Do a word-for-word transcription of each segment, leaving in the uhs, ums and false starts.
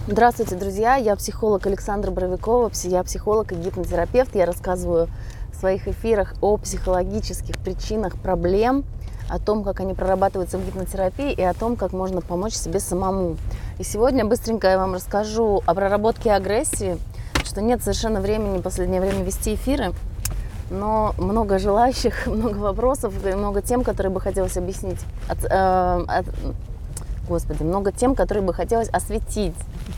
Здравствуйте, друзья! Я психолог Александра Боровикова, я психолог и гипнотерапевт. Я рассказываю в своих эфирах о психологических причинах проблем, о том, как они прорабатываются в гипнотерапии и о том, как можно помочь себе самому. И сегодня быстренько я вам расскажу о проработке агрессии, что нет совершенно времени в последнее время вести эфиры, но много желающих, много вопросов, много тем, которые бы хотелось объяснить. От, э, от, Господи, много тем, которые бы хотелось осветить.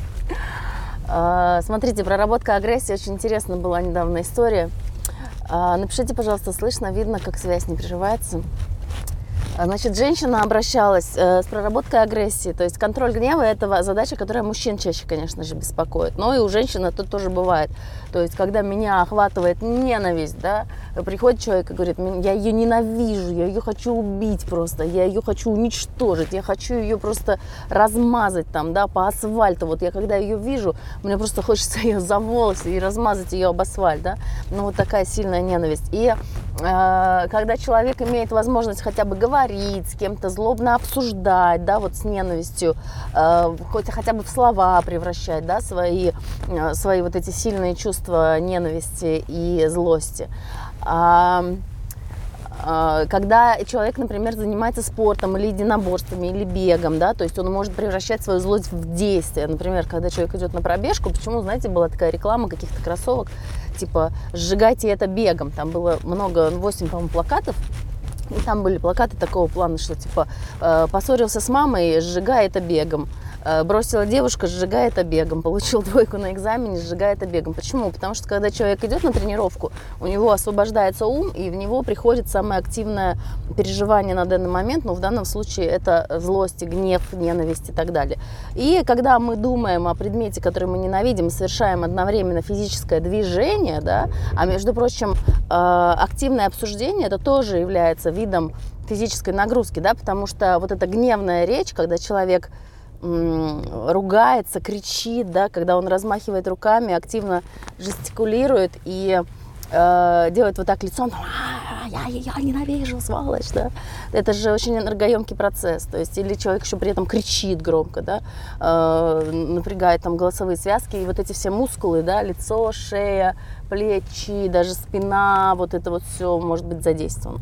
Смотрите, проработка агрессии, очень интересная была недавно история. Напишите, пожалуйста, слышно, видно, как связь не прерывается. Значит, женщина обращалась э, с проработкой агрессии, то есть контроль гнева – это задача, которая мужчин чаще, конечно же, беспокоит, но и у женщин это тоже бывает. То есть, когда меня охватывает ненависть, да, приходит человек и говорит: я ее ненавижу, я ее хочу убить просто, я ее хочу уничтожить, я хочу ее просто размазать там, да, по асфальту. Вот я когда ее вижу, мне просто хочется ее за волосы и размазать ее об асфальт, да, ну вот такая сильная ненависть. И э, когда человек имеет возможность хотя бы говорить, с кем-то злобно обсуждать, да, вот с ненавистью, э, хоть хотя бы в слова превращать, да, свои, э, свои вот эти сильные чувства ненависти и злости. А, а, когда человек, например, занимается спортом или единоборствами, или бегом, да, то есть он может превращать свою злость в действие. Например, когда человек идет на пробежку, почему, знаете, была такая реклама каких-то кроссовок, типа «сжигайте это бегом», там было много, восемь, по-моему, плакатов. И там были плакаты такого плана, что типа э, поссорился с мамой, сжигай это бегом. Э, бросила девушка, сжигай это бегом. Получил двойку на экзамене, сжигай это бегом. Почему? Потому что когда человек идет на тренировку, у него освобождается ум, и в него приходит самое активное переживание на данный момент. Но в данном случае это злость, гнев, ненависть и так далее. И когда мы думаем о предмете, который мы ненавидим, совершаем одновременно физическое движение, да, а между прочим, э, активное обсуждение, это тоже является видом физической нагрузки, да, потому что вот эта гневная речь, когда человек м, ругается, кричит, да, когда он размахивает руками, активно жестикулирует и э, делает вот так лицом, я ее ненавижу, сволочь, да, это же очень энергоемкий процесс, то есть или человек еще при этом кричит громко, да, э, напрягает там голосовые связки, и вот эти все мускулы, да, лицо, шея, плечи, даже спина, вот это вот все может быть задействовано.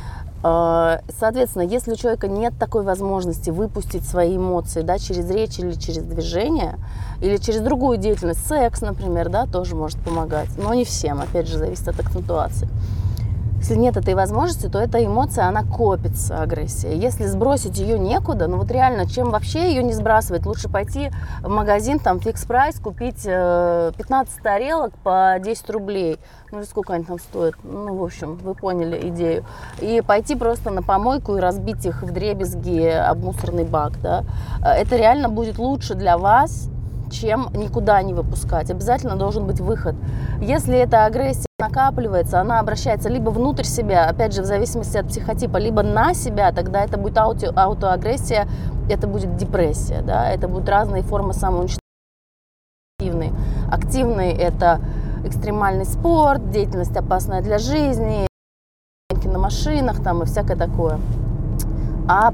Соответственно, если у человека нет такой возможности выпустить свои эмоции, да, через речь или через движение, или через другую деятельность, секс, например, да, тоже может помогать, но не всем, опять же, зависит от акцентуации. Если нет этой возможности, то эта эмоция, она копится, агрессия. Если сбросить ее некуда, ну вот реально, чем вообще ее не сбрасывать? Лучше пойти в магазин, там, фикс-прайс, купить пятнадцать тарелок по десять рублей. Ну, сколько они там стоят? Ну, в общем, вы поняли идею. И пойти просто на помойку и разбить их вдребезги об мусорный бак, да. Это реально будет лучше для вас, чем никуда не выпускать. Обязательно должен быть выход. Если эта агрессия накапливается, она обращается либо внутрь себя, опять же, в зависимости от психотипа, либо на себя, тогда это будет ауто, аутоагрессия, это будет депрессия, да, это будут разные формы самоуничтожения. Активный. Активный – это экстремальный спорт, деятельность опасная для жизни, на машинах там и всякое такое. А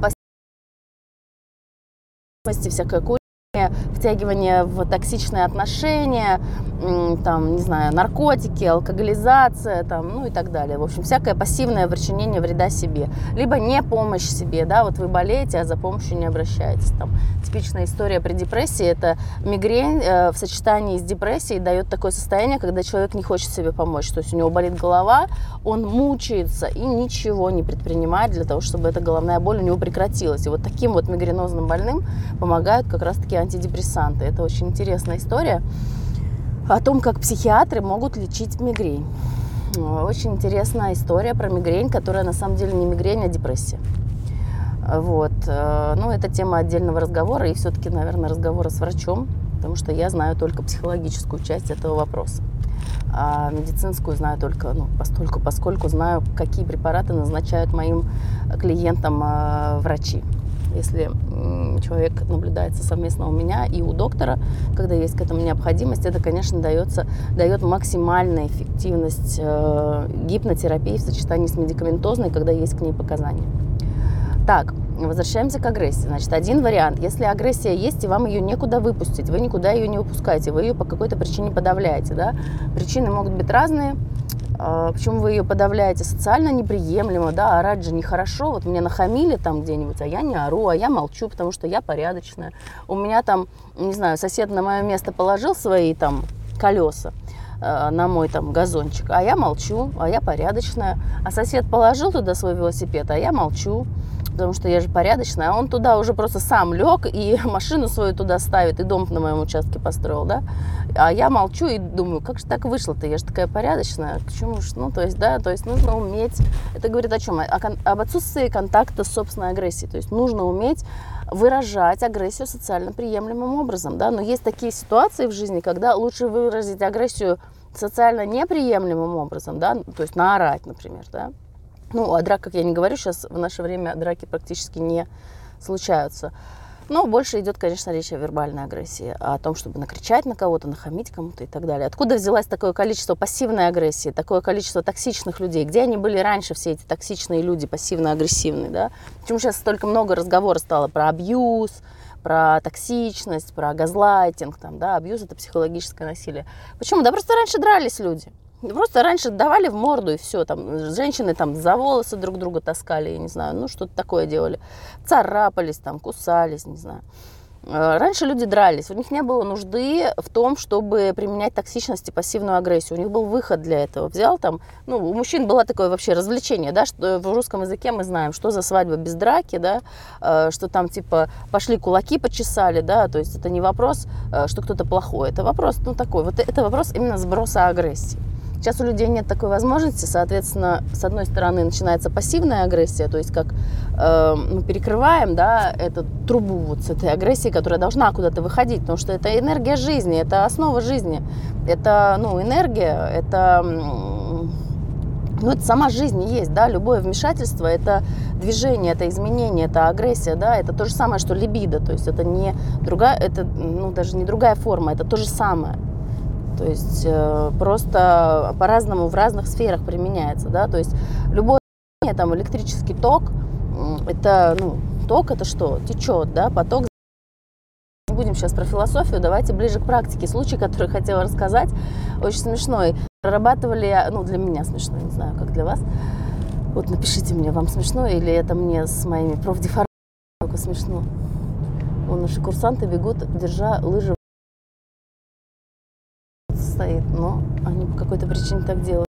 пассивность, всякое курение, втягивание в токсичные отношения, там, не знаю, наркотики, алкоголизация, там, ну и так далее. В общем, всякое пассивное причинение вреда себе. Либо не помощь себе, да, вот вы болеете, а за помощью не обращаетесь. Там, типичная история при депрессии – это мигрень э, в сочетании с депрессией дает такое состояние, когда человек не хочет себе помочь. То есть у него болит голова, он мучается и ничего не предпринимает для того, чтобы эта головная боль у него прекратилась. И вот таким вот мигренозным больным помогают как раз-таки антидепрессанты. Это очень интересная история о том, как психиатры могут лечить мигрень. Очень интересная история про мигрень, которая на самом деле не мигрень, а депрессия. Вот. Ну, это тема отдельного разговора и все-таки, наверное, разговора с врачом, потому что я знаю только психологическую часть этого вопроса. А медицинскую знаю только, ну, постольку, поскольку знаю, какие препараты назначают моим клиентам э, врачи. Если человек наблюдается совместно у меня и у доктора, когда есть к этому необходимость, это, конечно, дается, дает максимальную эффективность э, гипнотерапии в сочетании с медикаментозной, когда есть к ней показания. Так, Возвращаемся к агрессии. Значит, один вариант. Если агрессия есть, и вам ее некуда выпустить, вы никуда ее не выпускаете, вы ее по какой-то причине подавляете. Да? Причины могут быть разные. Почему вы ее подавляете? Социально неприемлемо, да, орать же нехорошо. Вот мне нахамили там где-нибудь, а я не ору, а я молчу, потому что я порядочная. У меня там, не знаю, сосед на мое место положил свои там колеса э, на мой там газончик, а я молчу, а я порядочная. А сосед положил туда свой велосипед, а я молчу, потому что я же порядочная. А он туда уже просто сам лег и машину свою туда ставит, и дом на моем участке построил, да. А я молчу и думаю, как же так вышло-то? Я же такая порядочная. Почему ж? Ну, то есть, да, то есть нужно уметь. Это говорит о чем? О, об отсутствии контакта с собственной агрессией. То есть нужно уметь выражать агрессию социально приемлемым образом, да. Но есть такие ситуации в жизни, когда лучше выразить агрессию социально неприемлемым образом, да, то есть наорать, например, да. Ну, о драках я не говорю, сейчас в наше время драки практически не случаются. Но больше идет, конечно, речь о вербальной агрессии, о том, чтобы накричать на кого-то, нахамить кому-то и так далее. Откуда взялось такое количество пассивной агрессии, такое количество токсичных людей? Где они были раньше, все эти токсичные люди, пассивно-агрессивные, да? Почему сейчас столько много разговора стало про абьюз, про токсичность, про газлайтинг, там, да, абьюз – это психологическое насилие. Почему? Да просто раньше дрались люди. Просто раньше давали в морду и все, там, женщины там за волосы друг друга таскали, я не знаю, ну что-то такое делали, царапались, там, кусались, не знаю. Раньше люди дрались, у них не было нужды в том, чтобы применять токсичность и пассивную агрессию, у них был выход для этого. Взял там, ну, у мужчин было такое вообще развлечение, да, что в русском языке мы знаем, что за свадьба без драки, да, что там типа пошли кулаки почесали, да, то есть это не вопрос, что кто-то плохой, это вопрос, ну, такой, вот это вопрос именно сброса агрессии. Сейчас у людей нет такой возможности, соответственно, с одной стороны начинается пассивная агрессия, то есть как э, мы перекрываем, да, эту трубу вот с этой агрессией, которая должна куда-то выходить, потому что это энергия жизни, это основа жизни, это, ну, энергия, это, ну, это сама жизнь и есть, да, любое вмешательство, это движение, это изменение, это агрессия, да, это то же самое, что либидо, то есть это не другая, это, ну, даже не другая форма, это то же самое. То есть э, просто по-разному в разных сферах применяется, да, то есть любое там электрический ток, это, ну, ток это что? Течет, да, поток. Не будем сейчас про философию, давайте ближе к практике. Случай, который хотела рассказать, очень смешной. Прорабатывали, ну, для меня смешно, не знаю, как для вас. Вот напишите мне, вам смешно или это мне с моими профдеформациями только смешно. Вон наши курсанты бегут, держа лыжи. Стоит, но они по какой-то причине так делают.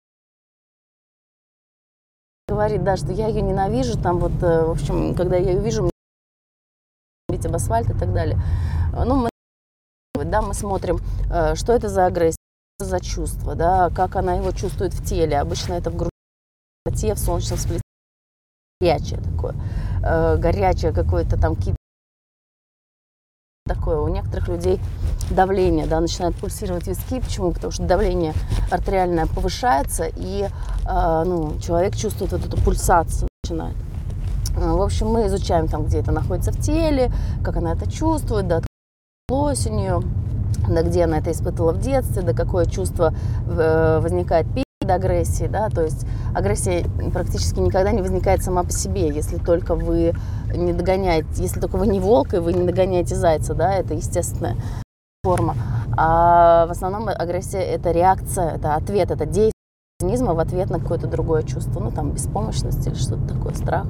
Говорит, да, что я ее ненавижу, там вот, в общем, когда я ее вижу, мне бить об асфальт и так далее. Ну, мы, да, мы смотрим, что это за агрессия, что это за чувство, да, как она его чувствует в теле. Обычно это в груди, в животе, в солнечном сплетении. Горячее такое, горячее какое-то там кипение. Такое. У некоторых людей давление, да, начинает пульсировать виски. Почему? Потому что давление артериальное повышается, и э, ну, человек чувствует вот эту пульсацию, начинает. В общем, мы изучаем там, где это находится в теле, как она это чувствует, да, откуда у нее, да, где она это испытывала в детстве, да, какое чувство э, возникает перед агрессией, да, то есть агрессия практически никогда не возникает сама по себе, если только вы не догоняете, если только вы не волк и вы не догоняете зайца, да, это естественная форма. А в основном агрессия – это реакция, это ответ, это действие организма в ответ на какое-то другое чувство, ну, там, беспомощность или что-то такое, страх.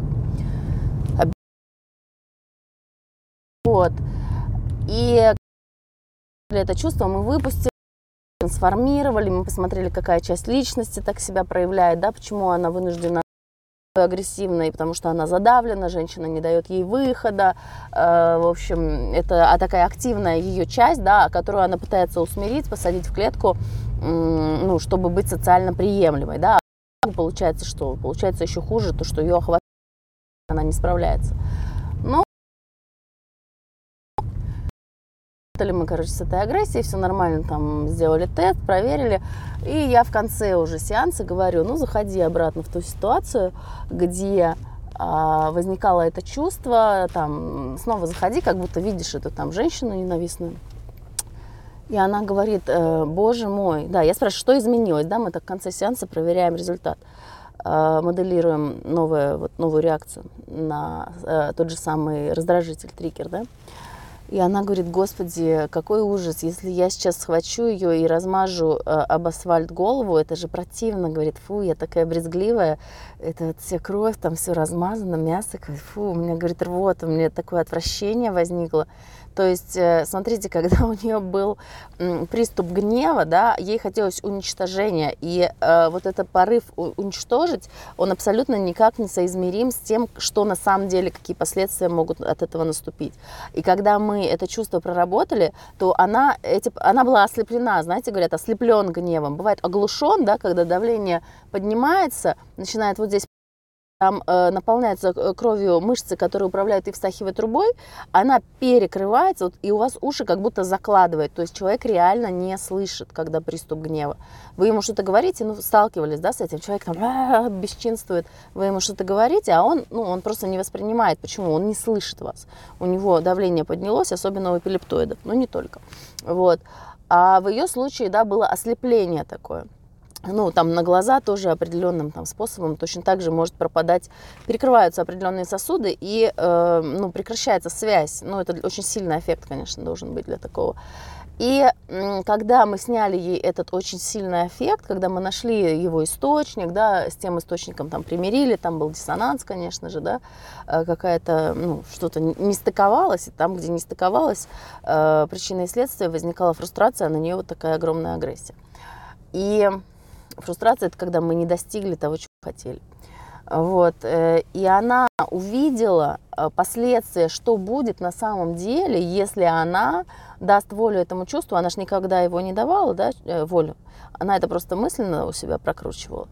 Вот. И это чувство мы выпустили, трансформировали, мы посмотрели, какая часть личности так себя проявляет, да, почему она вынуждена быть агрессивной, потому что она задавлена, женщина не дает ей выхода, э, в общем, это а такая активная ее часть, да, которую она пытается усмирить, посадить в клетку, э, ну, чтобы быть социально приемлемой, да, а получается что? Получается еще хуже, то, что ее охватывает, она не справляется. Но мы, короче, с этой агрессией, все нормально, там, сделали тест, проверили, и я в конце уже сеанса говорю, ну, заходи обратно в ту ситуацию, где а, возникало это чувство, там, снова заходи, как будто видишь эту там женщину ненавистную, и она говорит, э, боже мой, да, я спрашиваю, что изменилось, да, мы так в конце сеанса проверяем результат, э, моделируем новое, вот, новую реакцию на э, тот же самый раздражитель, триггер, да. И она говорит: господи, какой ужас, если я сейчас схвачу ее и размажу э, об асфальт голову, это же противно, говорит, фу, я такая брезгливая, это вот вся кровь, там все размазано, мясо, фу, у меня, говорит, рвота, у меня такое отвращение возникло. То есть, э, смотрите, когда у нее был м, приступ гнева, да, ей хотелось уничтожения, и э, вот этот порыв уничтожить, он абсолютно никак не соизмерим с тем, что на самом деле, какие последствия могут от этого наступить. И когда мы это чувство проработали, то она, эти, она была ослеплена, знаете, говорят, ослеплен гневом. Бывает оглушен, да, когда давление поднимается, начинает вот здесь, там э, наполняются кровью мышцы, которые управляют евстахиевой трубой, она перекрывается, вот, и у вас уши как будто закладывает. То есть человек реально не слышит, когда приступ гнева. Вы ему что-то говорите, ну, сталкивались, да, с этим, человек там бесчинствует, вы ему что-то говорите, а он, ну, он просто не воспринимает. Почему? Он не слышит вас. У него давление поднялось, особенно у эпилептоидов, но не только. Вот. А в ее случае, да, было ослепление такое. Ну, там на глаза тоже определенным там способом точно так же может пропадать, перекрываются определенные сосуды и, э, ну, прекращается связь. Ну, это очень сильный эффект, конечно, должен быть для такого. И э, когда мы сняли ей этот очень сильный эффект, когда мы нашли его источник, да, с тем источником там примирили, там был диссонанс, конечно же, да, э, какая-то, ну, что-то не стыковалось, и там, где не стыковалось, э, причина и следствие, возникала фрустрация, а на нее вот такая огромная агрессия. И фрустрация – это когда мы не достигли того, чего хотели. Вот. И она увидела последствия, что будет на самом деле, если она даст волю этому чувству. Она же никогда его не давала, да, волю. Она это просто мысленно у себя прокручивала.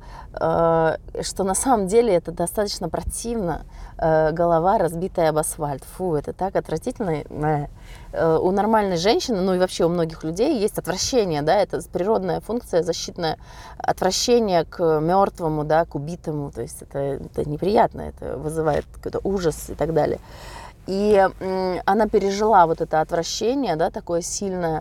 Что на самом деле это достаточно противно. Голова, разбитая об асфальт. Фу, это так отвратительно. У нормальной женщины, ну и вообще у многих людей есть отвращение, да, это природная функция защитная, отвращение к мертвому, да, к убитому, то есть это, это неприятно, это вызывает какой-то ужас и так далее. И м, она пережила вот это отвращение, да, такое сильное,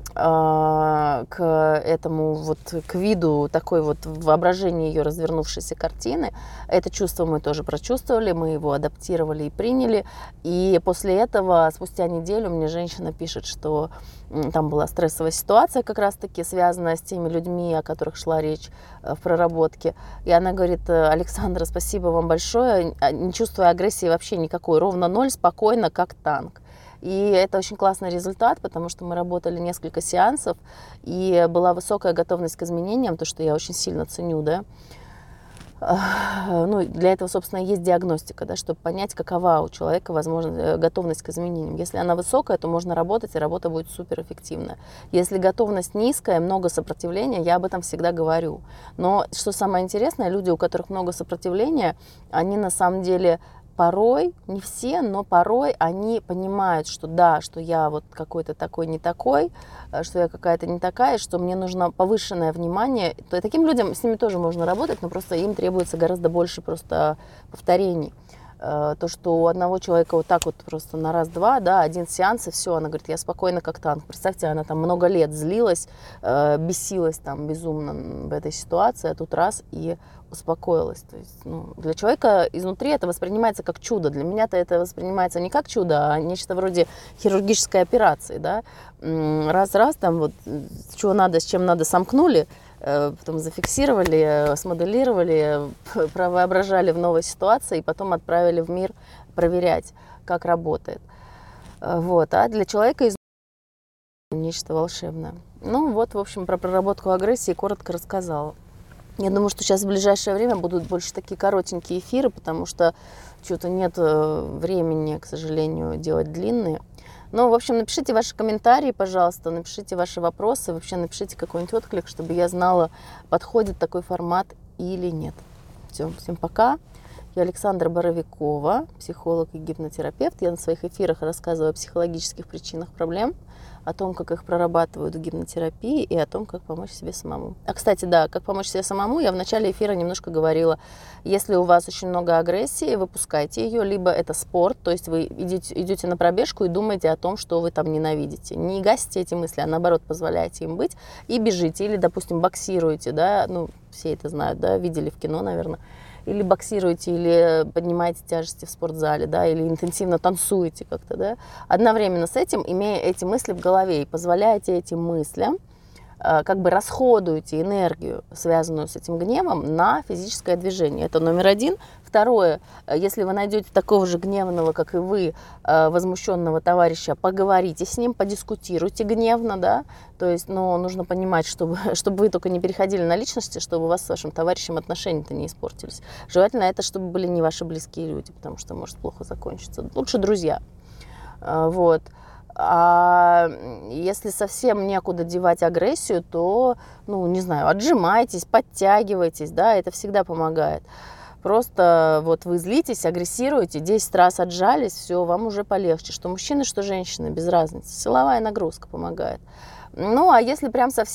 к этому вот, к виду такой вот воображения ее развернувшейся картины. Это чувство мы тоже прочувствовали, мы его адаптировали и приняли. И после этого, спустя неделю, мне женщина пишет, что там была стрессовая ситуация, как раз-таки связанная с теми людьми, о которых шла речь в проработке. И она говорит: Александра, спасибо вам большое, не чувствуя агрессии вообще никакой, ровно ноль, спокойно, как танк. И это очень классный результат, потому что мы работали несколько сеансов, и была высокая готовность к изменениям, то, что я очень сильно ценю, да. Ну, для этого, собственно, есть диагностика, да, чтобы понять, какова у человека, возможно, готовность к изменениям. Если она высокая, то можно работать, и работа будет суперэффективная. Если готовность низкая, много сопротивления, я об этом всегда говорю. Но, что самое интересное, люди, у которых много сопротивления, они на самом деле... Порой, не все, но порой они понимают, что да, что я вот какой-то такой не такой, что я какая-то не такая, что мне нужно повышенное внимание. То таким людям, с ними тоже можно работать, но просто им требуется гораздо больше просто повторений. То, что у одного человека вот так вот просто на раз-два, да, один сеанс, и все, она говорит, я спокойна как танк. Представьте, она там много лет злилась, бесилась там безумно в этой ситуации, а тут раз и успокоилась. То есть, ну, для человека изнутри это воспринимается как чудо. Для меня-то это воспринимается не как чудо, а нечто вроде хирургической операции, да. Раз-раз там вот, чего надо, с чем надо, сомкнули, потом зафиксировали, смоделировали, воображали в новой ситуации и потом отправили в мир проверять, как работает. Вот. А для человека изнутри нечто волшебное. Ну вот, в общем, про проработку агрессии коротко рассказала. Я думаю, что сейчас в ближайшее время будут больше такие коротенькие эфиры, потому что что-то нет времени, к сожалению, делать длинные. Ну, в общем, напишите ваши комментарии, пожалуйста, напишите ваши вопросы, вообще напишите какой-нибудь отклик, чтобы я знала, подходит такой формат или нет. Все, всем пока. Я Александра Боровикова, психолог и гипнотерапевт. Я на своих эфирах рассказываю о психологических причинах проблем, о том, как их прорабатывают в гипнотерапии и о том, как помочь себе самому. А, кстати, да, как помочь себе самому, я в начале эфира немножко говорила. Если у вас очень много агрессии, выпускайте ее, либо это спорт, то есть вы идете, идете на пробежку и думаете о том, что вы там ненавидите. Не гасите эти мысли, а наоборот позволяете им быть и бежите. Или, допустим, боксируете, да, ну, все это знают, да, видели в кино, наверное. Или боксируете, или поднимаете тяжести в спортзале, да, или интенсивно танцуете как-то, да, одновременно с этим, имея эти мысли в голове и позволяете этим мыслям, как бы расходуете энергию, связанную с этим гневом, на физическое движение. Это номер один. Второе, если вы найдете такого же гневного, как и вы, возмущенного товарища, поговорите с ним, подискутируйте гневно, да, то есть, но нужно понимать, чтобы, чтобы вы только не переходили на личности, чтобы у вас с вашим товарищем отношения-то не испортились. Желательно это, чтобы были не ваши близкие люди, потому что может плохо закончиться. Лучше друзья. Вот. А если совсем некуда девать агрессию, то, ну, не знаю, отжимайтесь, подтягивайтесь, да, это всегда помогает. Просто вот вы злитесь, агрессируете, десять раз отжались, все, вам уже полегче. Что мужчины, что женщины, без разницы. Силовая нагрузка помогает. Ну, а если прям совсем